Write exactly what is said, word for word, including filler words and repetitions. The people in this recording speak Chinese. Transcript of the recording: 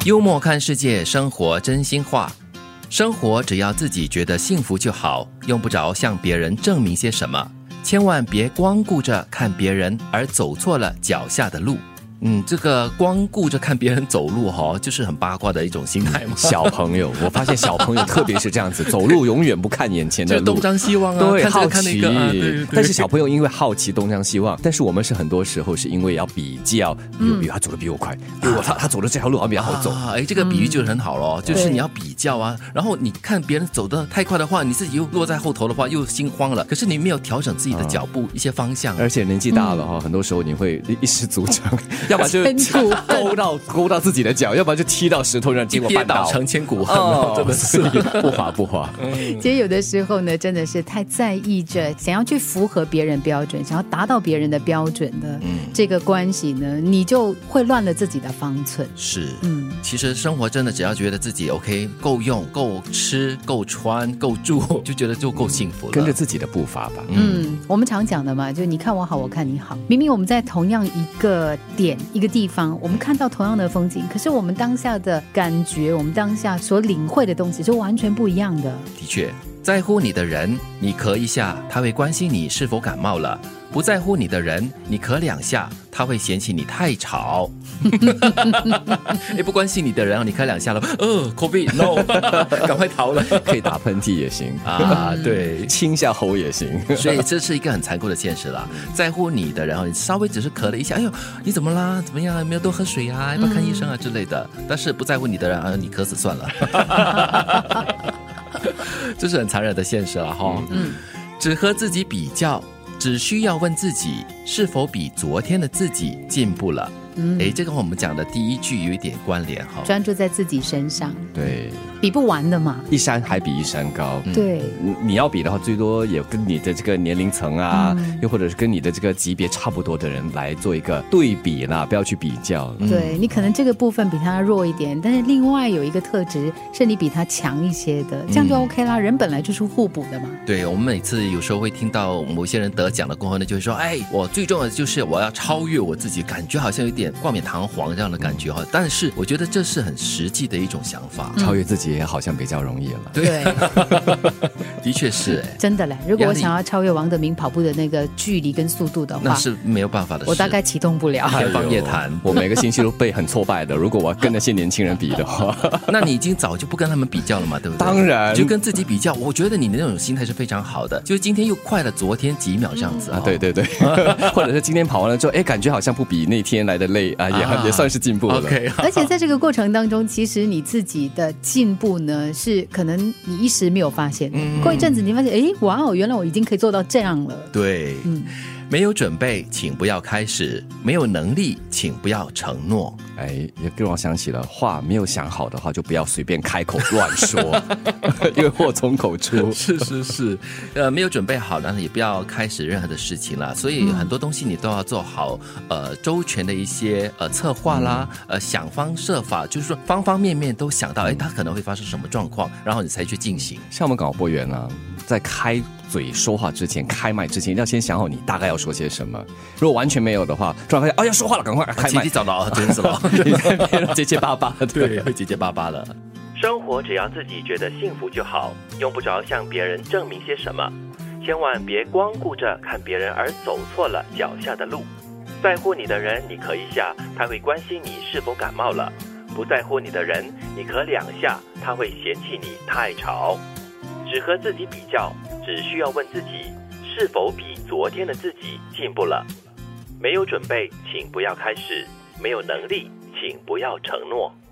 幽默看世界，生活真心话。生活只要自己觉得幸福就好，用不着向别人证明些什么。千万别光顾着看别人而走错了脚下的路。嗯，这个光顾着看别人走路哈，就是很八卦的一种心态嘛。 小朋友，我发现小朋友特别是这样子，走路永远不看眼前的路， 就东张西望啊， 对， 看这好奇。 个看那个、啊、对对对。 但是小朋友因为好奇东张西望，但是我们是很多时候是因为要比较，嗯，比如他走得比我快，比如他他走的这条路好像比较好走。 啊，哎，这个比喻就很好咯，嗯、就是你要比较啊，然后你看别人走得太快的话，你自己又落在后头的话，又心慌了。可是你没有调整自己的脚步、啊、一些方向， 而且年纪大了哈、嗯，很多时候你会一失足成，要么就勾到勾到自己的脚，要不然就踢到石头上，结果绊倒成千古恨、 哦，真的是不滑不滑。 其实有的时候呢，真的是太在意着想要去符合别人标准，想要达到别人的标准的这个关系呢，你就会乱了自己的方寸。 是，嗯，其实生活真的只要觉得自己 OK 够用、够吃、够穿、够住，就觉得就够幸福了。 跟着自己的步伐吧。 嗯，我们常讲的嘛，就你看我好，我看你好。明明我们在同样一个点、一个地方，我们看到同样的风景，可是我们当下的感觉，我们当下所领会的东西是完全不一样的。 的确，在乎你的人，你咳一下，他会关心你是否感冒了；不在乎你的人，你咳两下，他会嫌弃你太吵。也不关心你的人，你咳两下了，呃 ，COVID no， 赶快逃了。 可以打喷嚏也行啊，对， 清下喉也行。 所以这是一个很残酷的现实啦。在乎你的人，你稍微只是咳了一下，哎呦，你怎么啦？怎么样？没有多喝水啊？要不要看医生啊之类的？但是不在乎你的人，啊，你咳死算了。这是很残忍的现实了哈。嗯，只和自己比较，只需要问自己是否比昨天的自己进步了。嗯，哎，这跟我们讲的第一句有一点关联哈。 专注在自己身上， 对， 比不完的嘛， 一山还比一山高。 嗯、对， 你要比的话，最多也跟你的这个年龄层啊、嗯，又或者是跟你的这个级别差不多的人来做一个对比啦，不要去比较。 对、嗯、你可能这个部分比他弱一点，但是另外有一个特质是你比他强一些的，这样就 OK 啦。嗯、人本来就是互补的嘛。 对，我们每次有时候会听到某些人得奖了过后呢，就会说，哎，我最重要的就是我要超越我自己，感觉好像有点冠冕堂皇这样的感觉哈，但是我觉得这是很实际的一种想法。 超越自己也好像比较容易了。 对，的确是哎， 真的嘞。如果我想要超越王德明跑步的那个距离跟速度的话， 那是没有办法的事。 我大概启动不了。 天方夜谭， 我每个星期都被很挫败的。如果我要跟那些年轻人比的话， 那你已经早就不跟他们比较了嘛，对不对？ 当然， 就跟自己比较。我觉得你的那种心态是非常好的，就是今天又快了昨天几秒这样子、嗯、 啊。对对对，或者是今天跑完了之后，哎，感觉好像不比那天来的累啊，也、啊、也算是进步了。 Okay, 而且在这个过程当中，其实你自己的进步呢，是可能你一时没有发现，嗯、过一阵子你发现，哎，哇哦，原来我已经可以做到这样了。 对，嗯。没有准备请不要开始，没有能力请不要承诺。 哎，也让我想起了话，没有想好的话就不要随便开口乱说，因为祸从口出。 是是是，呃，没有准备好，然后也不要开始任何的事情了。所以很多东西你都要做好，呃，周全的一些呃策划啦，嗯、呃，想方设法，就是说方方面面都想到，哎，它可能会发生什么状况，然后你才去进行。 像我们广播员啊，在开嘴说话之前，开麦之前，要先想好你大概要说些什么。如果完全没有的话，突然发现啊要说话了，赶快开麦， 叽叽喳喳，真是了， 你在那边结结巴巴的， 对，会结结巴巴的。生活只要自己觉得幸福就好，用不着向别人证明些什么。千万别光顾着看别人而走错了脚下的路。在乎你的人，你咳一下，他会关心你是否感冒了；不在乎你的人，你咳两下，他会嫌弃你太吵。只和自己比较，只需要问自己是否比昨天的自己进步了。没有准备请不要开始，没有能力请不要承诺。